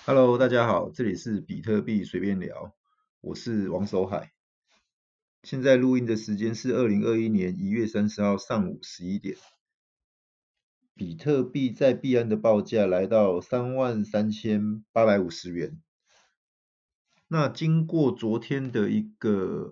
Hello，大家好，这里是比特币随便聊，我是王守海。现在录音的时间是2021年1月30号上午11点。比特币在币安的报价来到33850元。那经过昨天的一个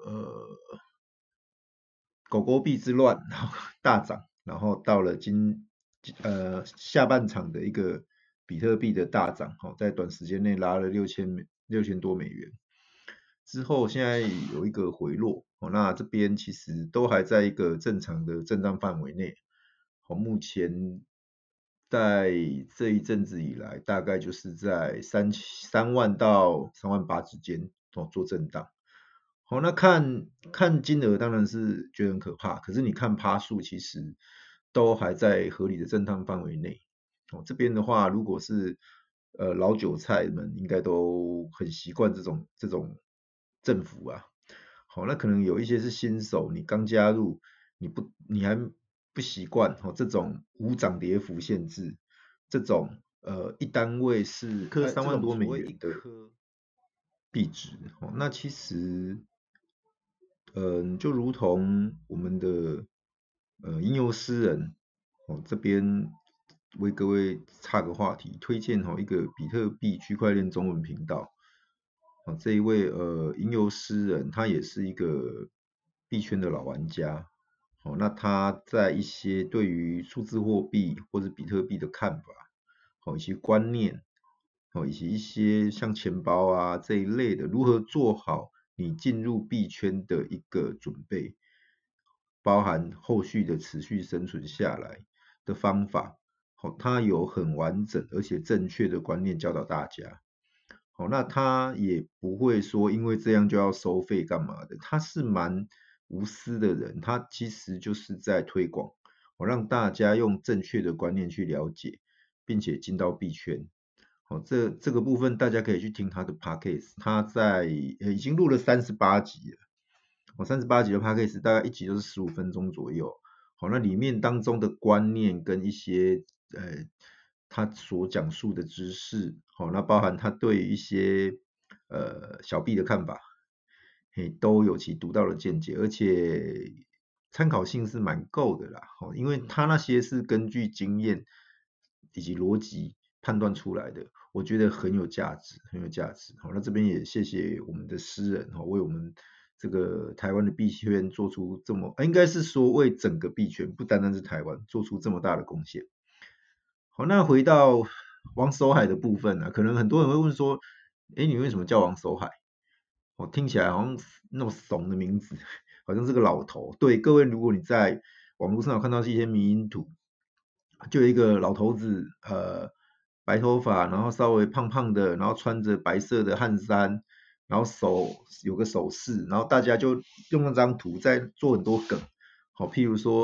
狗狗币之乱，然后大涨，然后到了下半场的一个比特币的大涨，在短时间内拉了6000多美元。之后现在有一个回落，那这边其实都还在一个正常的震荡范围内。目前在这一阵子以来，大概就是在3万到3万8之间做震荡。好，那看金额当然是觉得很可怕，可是你看趴数其实都还在合理的震荡范围内。这边的话，如果是老韭菜们，应该都很习惯这种振幅啊。好，那可能有一些是新手，你刚加入，你还不习惯这种无涨跌幅限制，这种一单位是颗3万多美元的币值。那其实就如同我们的吟游诗人这边为各位插个话题，推荐一个比特币区块链中文频道。这一位吟游诗人，他也是一个币圈的老玩家。那他在一些对于数字货币或者比特币的看法，以及观念，以及一些像钱包啊这一类的，如何做好你进入币圈的一个准备，包含后续的持续生存下来的方法，他有很完整而且正确的观念教导大家。那他也不会说因为这样就要收费干嘛的，他是蛮无私的人，他其实就是在推广，让大家用正确的观念去了解，并且进到币圈。这个部分大家可以去听他的 podcast，他已经录了38集了。38集的 podcast 大概一集都是15分钟左右。那里面当中的观念跟一些他所讲述的知识，那包含他对一些小币的看法，都有其独到的见解，而且参考性是蛮够的啦。因为他那些是根据经验以及逻辑判断出来的，我觉得很有价值，很有价值。好，那这边也谢谢我们的诗人为我们这个台湾的币圈做出这么，应该是说为整个币圈，不单单是台湾做出这么大的贡献。好，那回到王守海的部分可能很多人会问说，你为什么叫王守海？听起来好像那么怂的名字，好像是个老头。对，各位，如果你在网络上有看到一些迷因图，就有一个老头子，白头发，然后稍微胖胖的，然后穿着白色的汗衫，然后手有个手势，然后大家就用那张图在做很多梗。好，譬如说，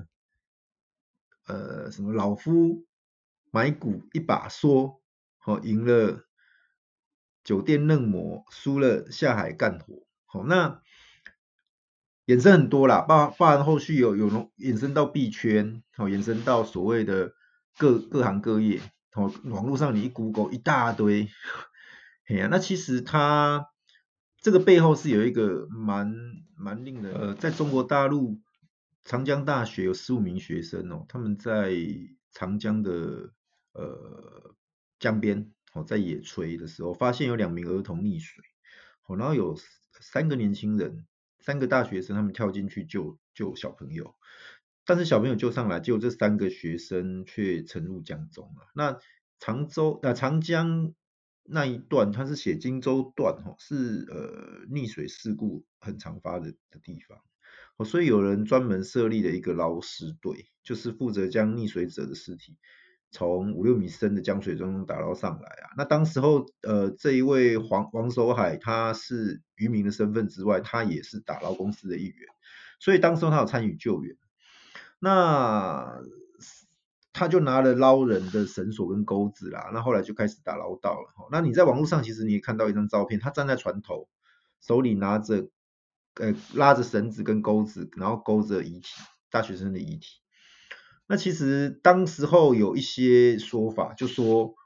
什么老夫买股一把梭，赢了酒店嫩模，输了下海干活。好，那衍生很多啦，包含后续有衍生到币圈，衍生到所谓的各行各业，网络上你一 Google 一大堆。嘿呀，那其实它这个背后是有一个蛮令人在中国大陆长江大学有15名学生他们在长江的江边在野炊的时候，发现有2名儿童溺水，然后有3个年轻人，3个大学生，他们跳进去救小朋友，但是小朋友救上来，结果这3个学生却沉入江中了。那长江那一段，它是写荆州段是溺水事故很常发的地方。所以有人专门设立了一个捞尸队，就是负责将溺水者的尸体从5、6米深的江水中打捞上来那当时候这一位王守海，他是渔民的身份之外，他也是打捞公司的一员，所以当时候他有参与救援。那他就拿了捞人的绳索跟钩子啦，那后来就开始打捞到了。那你在网络上其实你也看到一张照片，他站在船头，手里拿着拉着绳子跟钩子，然后勾着遗体，大学生的遗体。那其实当时候有一些说法，就说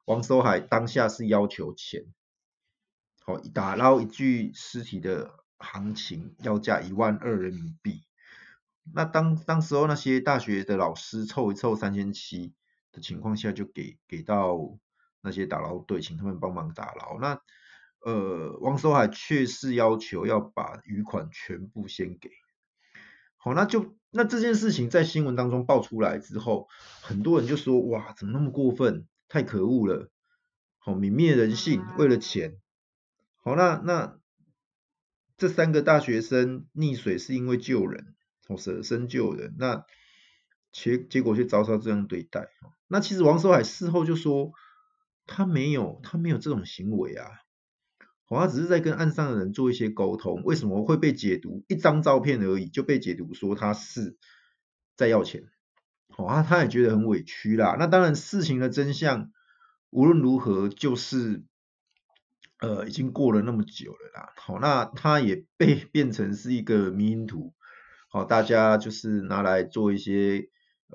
王守海当下是要求钱，好，打捞一具尸体的行情要价12000人民币。那当时候那些大学的老师凑一凑3700的情况下，就给到那些打捞队，请他们帮忙打捞。那王守海却是要求要把余款全部先给。好，那这件事情在新闻当中爆出来之后，很多人就说哇，怎么那么过分，太可恶了，好，泯灭人性，为了钱。好，那这3个大学生溺水是因为救人，舍身救人，那结果却遭受这样对待。那其实王守海事后就说，他没有这种行为啊，他只是在跟岸上的人做一些沟通，为什么会被解读一张照片而已就被解读说他是在要钱？他也觉得很委屈啦。那当然事情的真相无论如何就是已经过了那么久了啦。好，那他也被变成是一个迷因图，好，大家就是拿来做一些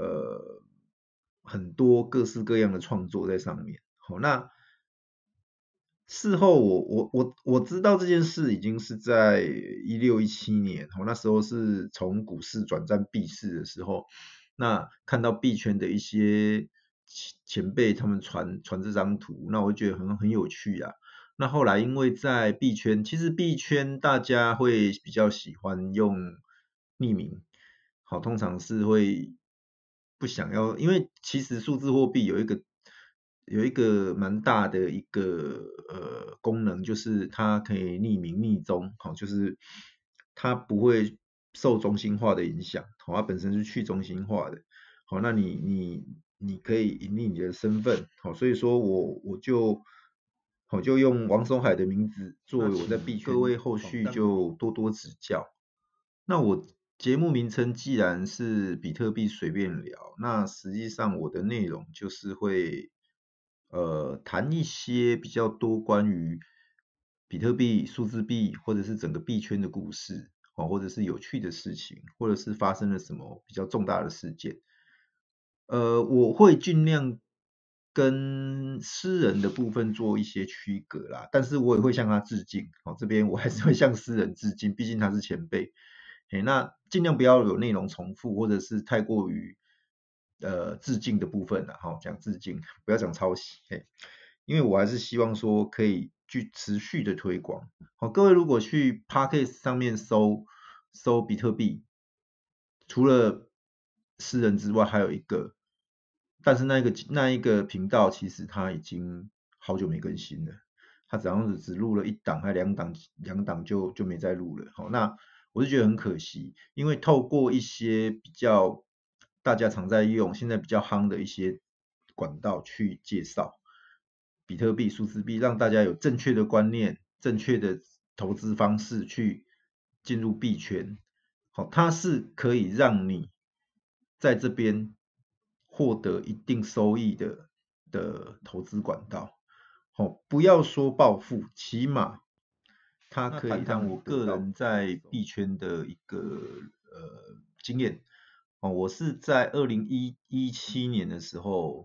很多各式各样的创作在上面。好，那事后我知道这件事已经是在16、17年，那时候是从股市转战币市的时候，那看到币圈的一些前辈他们传这张图，那我觉得很有趣啊。那后来因为在币圈，其实币圈大家会比较喜欢用匿名，好，通常是会不想要，因为其实数字货币有一个蛮大的一个功能，就是它可以匿名匿踪，好，就是它不会受中心化的影响，好，它本身是去中心化的，好，那你可以隐匿你的身份，好，所以说我就用王守海的名字作为我在币圈，各位后续就多多指教。那我节目名称既然是比特币随便聊，那实际上我的内容就是会谈一些比较多关于比特币、数字币或者是整个币圈的故事，或者是有趣的事情，或者是发生了什么比较重大的事件。我会尽量跟私人的部分做一些区隔啦，但是我也会向他致敬。这边我还是会向私人致敬，毕竟他是前辈。那尽量不要有内容重复，或者是太过于致敬的部分啦。讲致敬，不要讲抄袭。因为我还是希望说可以去持续的推广。各位如果去 Podcast 上面搜比特币，除了私人之外，还有一个，但是那一个频道其实它已经好久没更新了，它好像只录了1档还2档就没再录了。那我是觉得很可惜，因为透过一些比较大家常在用、现在比较夯的一些管道去介绍比特币、数字币，让大家有正确的观念、正确的投资方式去进入币圈。它是可以让你在这边获得一定收益的投资管道。不要说暴富，起码它可以让我个人在币圈的一个经验。我是在2017年的时候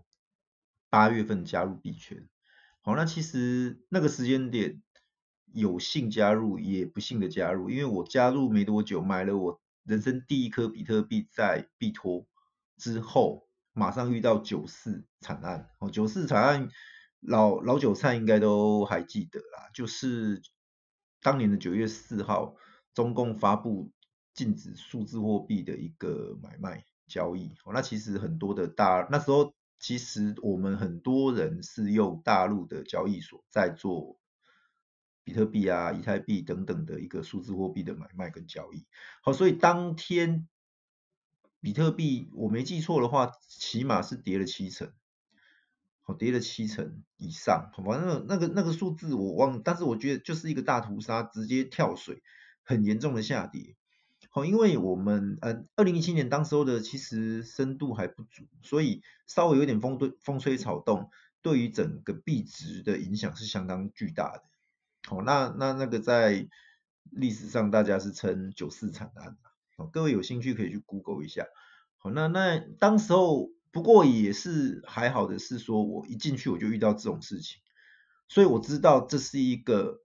8月份加入币圈。那其实那个时间点有幸加入，也不幸的加入，因为我加入没多久，买了我人生第一颗比特币在币托之后，马上遇到94惨案。94惨案老韭菜应该都还记得啦，就是当年的9月4号，中共发布禁止数字货币的一个买卖交易。那其实很多的那时候其实我们很多人是用大陆的交易所在做比特币啊、以太币等等的一个数字货币的买卖跟交易。所以当天比特币我没记错的话，起码是跌了70%。跌了70%以上，反正那个数字我忘了，但是我觉得就是一个大屠杀，直接跳水，很严重的下跌。因为我们2017年当时候的其实深度还不足，所以稍微有点风吹草动，对于整个币值的影响是相当巨大的。那个在历史上大家是称94惨案。各位有兴趣可以去 Google 一下。那当时候不过也是还好的是说，我一进去我就遇到这种事情，所以我知道这是一个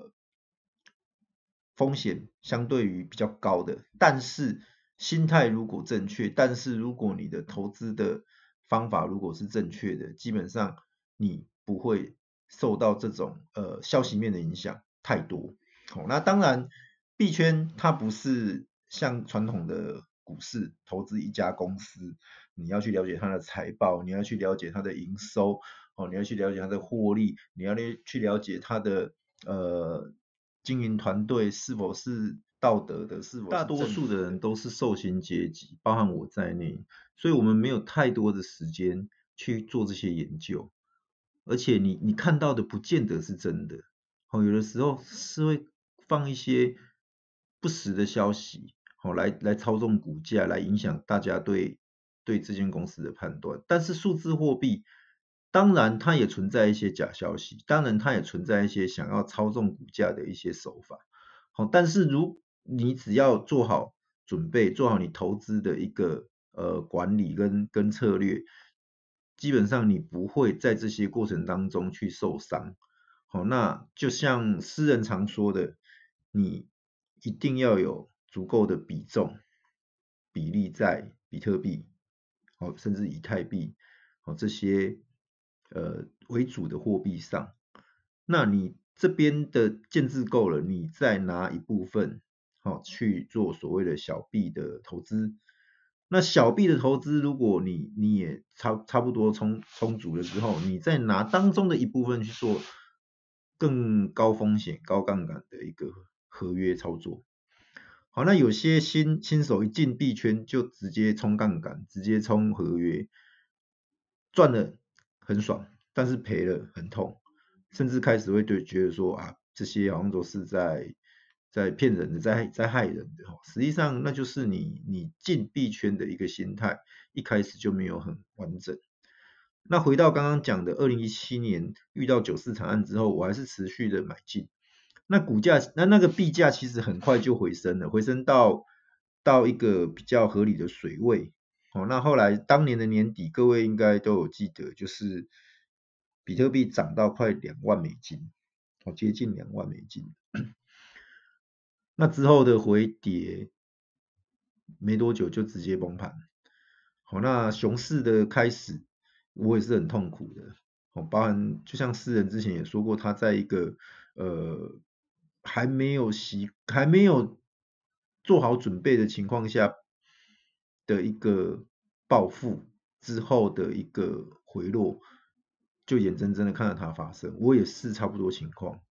风险相对于比较高的，但是心态如果正确，但是如果你的投资的方法如果是正确的，基本上你不会受到这种消息面的影响太多。好，那当然币圈它不是像传统的股市投资一家公司，你要去了解它的财报，你要去了解它的营收，哦，你要去了解它的获利，你要去了解它的经营团队是否是道德的，是否大多数的人都是受薪阶级，包含我在内，所以我们没有太多的时间去做这些研究，而且你看到的不见得是真的，哦，有的时候是会放一些不实的消息，好，来操纵股价，来影响大家对这间公司的判断。但是数字货币，当然它也存在一些假消息，当然它也存在一些想要操纵股价的一些手法。好，但是你只要做好准备，做好你投资的一个管理跟策略，基本上你不会在这些过程当中去受伤。好，那就像诗人常说的，你一定要有足够的比例在比特币，哦，甚至以太币，哦这些为主的货币上。那你这边的建制够了，你再拿一部分，好，去做所谓的小币的投资。那小币的投资，如果你也差不多充足了之后，你再拿当中的一部分去做更高风险、高杠杆的一个合约操作。好，那有些新手一进币圈就直接冲杠杆，直接冲合约，赚了很爽，但是赔了很痛，甚至开始会觉得说啊，这些好像都是在骗人的，在害人的。实际上那就是你进币圈的一个心态，一开始就没有很完整。那回到刚刚讲的2017年遇到94惨案之后，我还是持续的买进。那股价那个币价其实很快就回升了，回升到一个比较合理的水位。哦，那后来当年的年底，各位应该都有记得，就是比特币涨到快$20,000，哦，接近$20,000。那之后的回跌没多久就直接崩盘。好，那熊市的开始，我也是很痛苦的。哦，包含就像诗人之前也说过，他在一个呃还没有做好准备的情况下的一个暴富之后的一个回落，就眼睁睁的看着它发生。我也是差不多情况。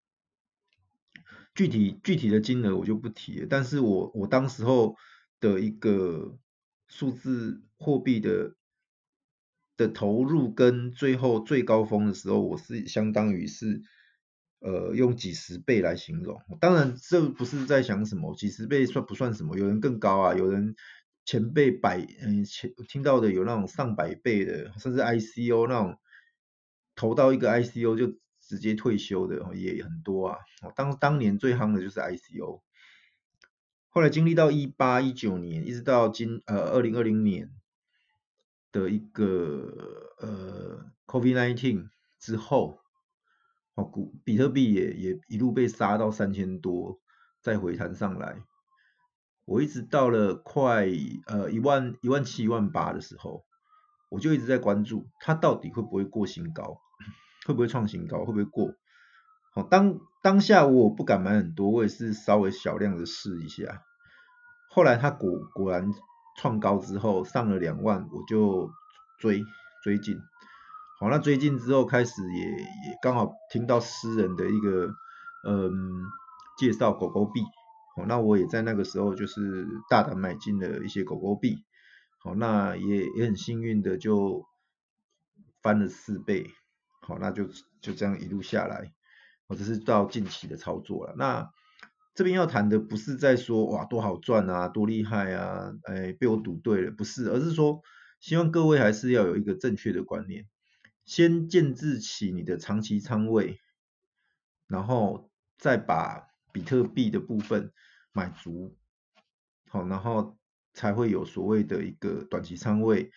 具体的金额我就不提了，但是我当时候的一个数字货币的投入跟最后最高峰的时候，我是相当于是用几十倍来形容。当然这不是在想什么，几十倍算不算什么？有人更高啊，有人前辈听到的有那种上百倍的，甚至 ICO 那种投到一个 ICO 就直接退休的也很多啊。当年最夯的就是 ICO，后来经历到18、19年，一直到2020年的一个COVID-19之后，哦，比特币也一路被杀到3000多，再回弹上来。我一直到了快17000、18000的时候，我就一直在关注它到底会不会过新高，会不会创新高，会不会过。好，当下我不敢买很多，我也是稍微小量的试一下。后来它果然创高之后上了2万，我就追进。好，那追进之后开始也刚好听到诗人的一个介绍狗狗币，好，那我也在那个时候就是大胆买进了一些狗狗币。好，那也很幸运的就翻了4倍。好，那就这样一路下来。这是到近期的操作了。那这边要谈的不是在说哇多好赚啊，多厉害啊，哎被我赌对了，不是，而是说希望各位还是要有一个正确的观念，先建制起你的长期仓位，然后再把比特币的部分买足，好，然后才会有所谓的一个短期仓位，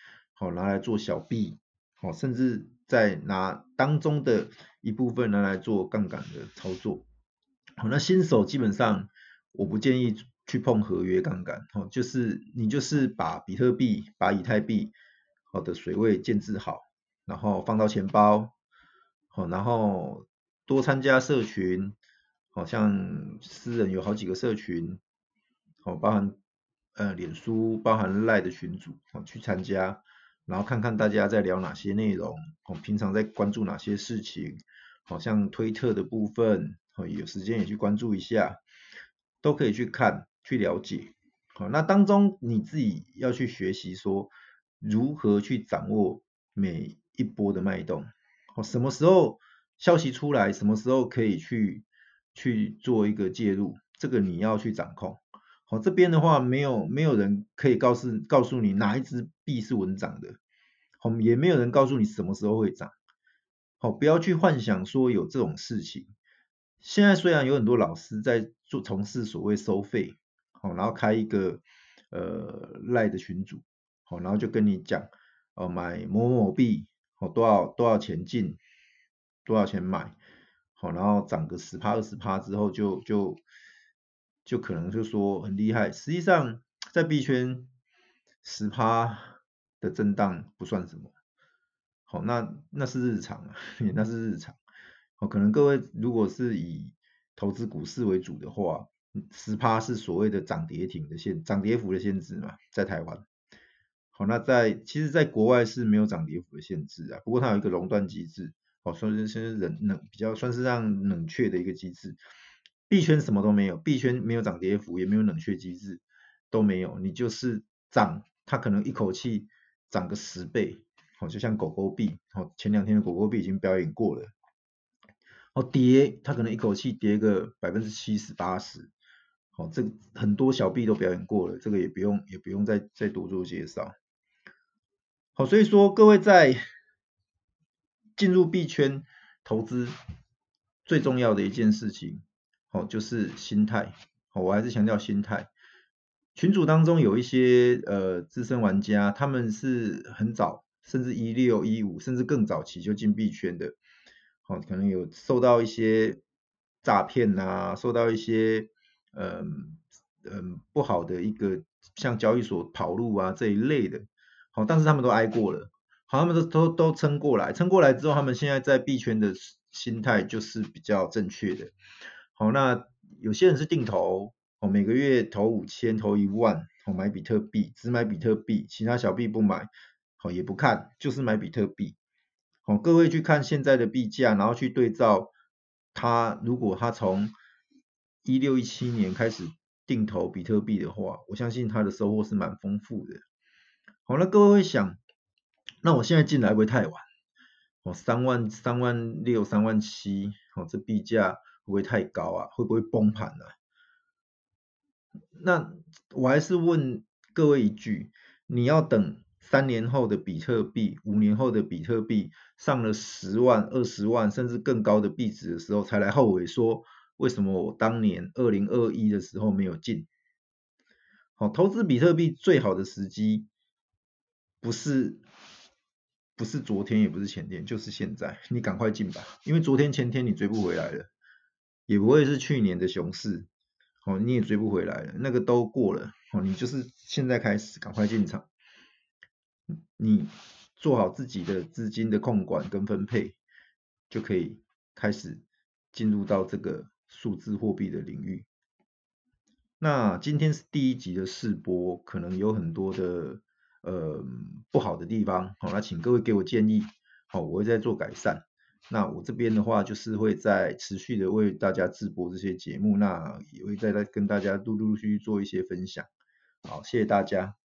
拿来做小币，甚至再拿当中的一部分拿来做杠杆的操作。那新手基本上我不建议去碰合约杠杆，就是你就是把比特币、把以太币的水位建置好，然后放到钱包，然后多参加社群，好像私人有好几个社群，包含脸书、包含赖的群组，去参加，然后看看大家在聊哪些内容，平常在关注哪些事情，好像推特的部分，有时间也去关注一下，都可以去看去了解。好，那当中你自己要去学习说如何去掌握每一波的脉动，什么时候消息出来，什么时候可以去做一个介入，这个你要去掌控。好，这边的话没有人可以告诉你哪一只币是稳涨的，好，也没有人告诉你什么时候会涨。好，不要去幻想说有这种事情。现在虽然有很多老师在从事所谓收费，好，然后开一个赖的群组，好，然后就跟你讲，买某某币，好，多少钱进，多少钱买，好，然后涨个10%、20%之后就可能就说很厉害。实际上在币圈10%的震荡不算什么，好，那是日常啊，那是日常。好，可能各位如果是以投资股市为主的话，10%是所谓的涨跌幅的限制嘛，在台湾。好，那其实在国外是没有涨跌幅的限制啊，不过它有一个熔断机制，算是比较算是让冷却的一个机制。币圈什么都没有，币圈没有涨跌幅，也没有冷却机制，都没有，你就是涨，它可能一口气涨个10倍，就像狗狗币，前2天的狗狗币已经表演过了。跌，它可能一口气跌个70%、80%，这很多小币都表演过了，这个也不用再多做介绍。好，所以说各位在进入币圈投资最重要的一件事情，就是心态。我还是强调心态。群组当中有一些资深玩家，他们是很早，甚至16、15，甚至更早期就进币圈的，可能有受到一些诈骗啊，受到一些不好的一个像交易所跑路啊这一类的，但是他们都挨过了，他们都撑过来之后，他们现在在币圈的心态就是比较正确的。好，那有些人是定投，每个月投5000、投1万，买比特币，只买比特币，其他小币不买，也不看，就是买比特币。各位去看现在的币价，然后去对照如果他从16、17年开始定投比特币的话，我相信他的收获是蛮丰富的。好，那各位会想，那我现在进来会不会太晚？3万、36000、37000，这币价会不会太高啊？会不会崩盘啊？那我还是问各位一句，你要等3年后的比特币、5年后的比特币上了10万、20万甚至更高的币值的时候，才来后悔说为什么我当年2021的时候没有进？好，投资比特币最好的时机不是昨天，也不是前天，就是现在，你赶快进吧，因为昨天前天你追不回来了，也不会是去年的熊市，你也追不回来了，那个都过了，你就是现在开始赶快进场，你做好自己的资金的控管跟分配，就可以开始进入到这个数字货币的领域。那今天是第1集的试播，可能有很多的不好的地方，那请各位给我建议，我会再做改善。那我这边的话就是会在持续的为大家直播这些节目，那也会再跟大家陆陆续续做一些分享。好，谢谢大家。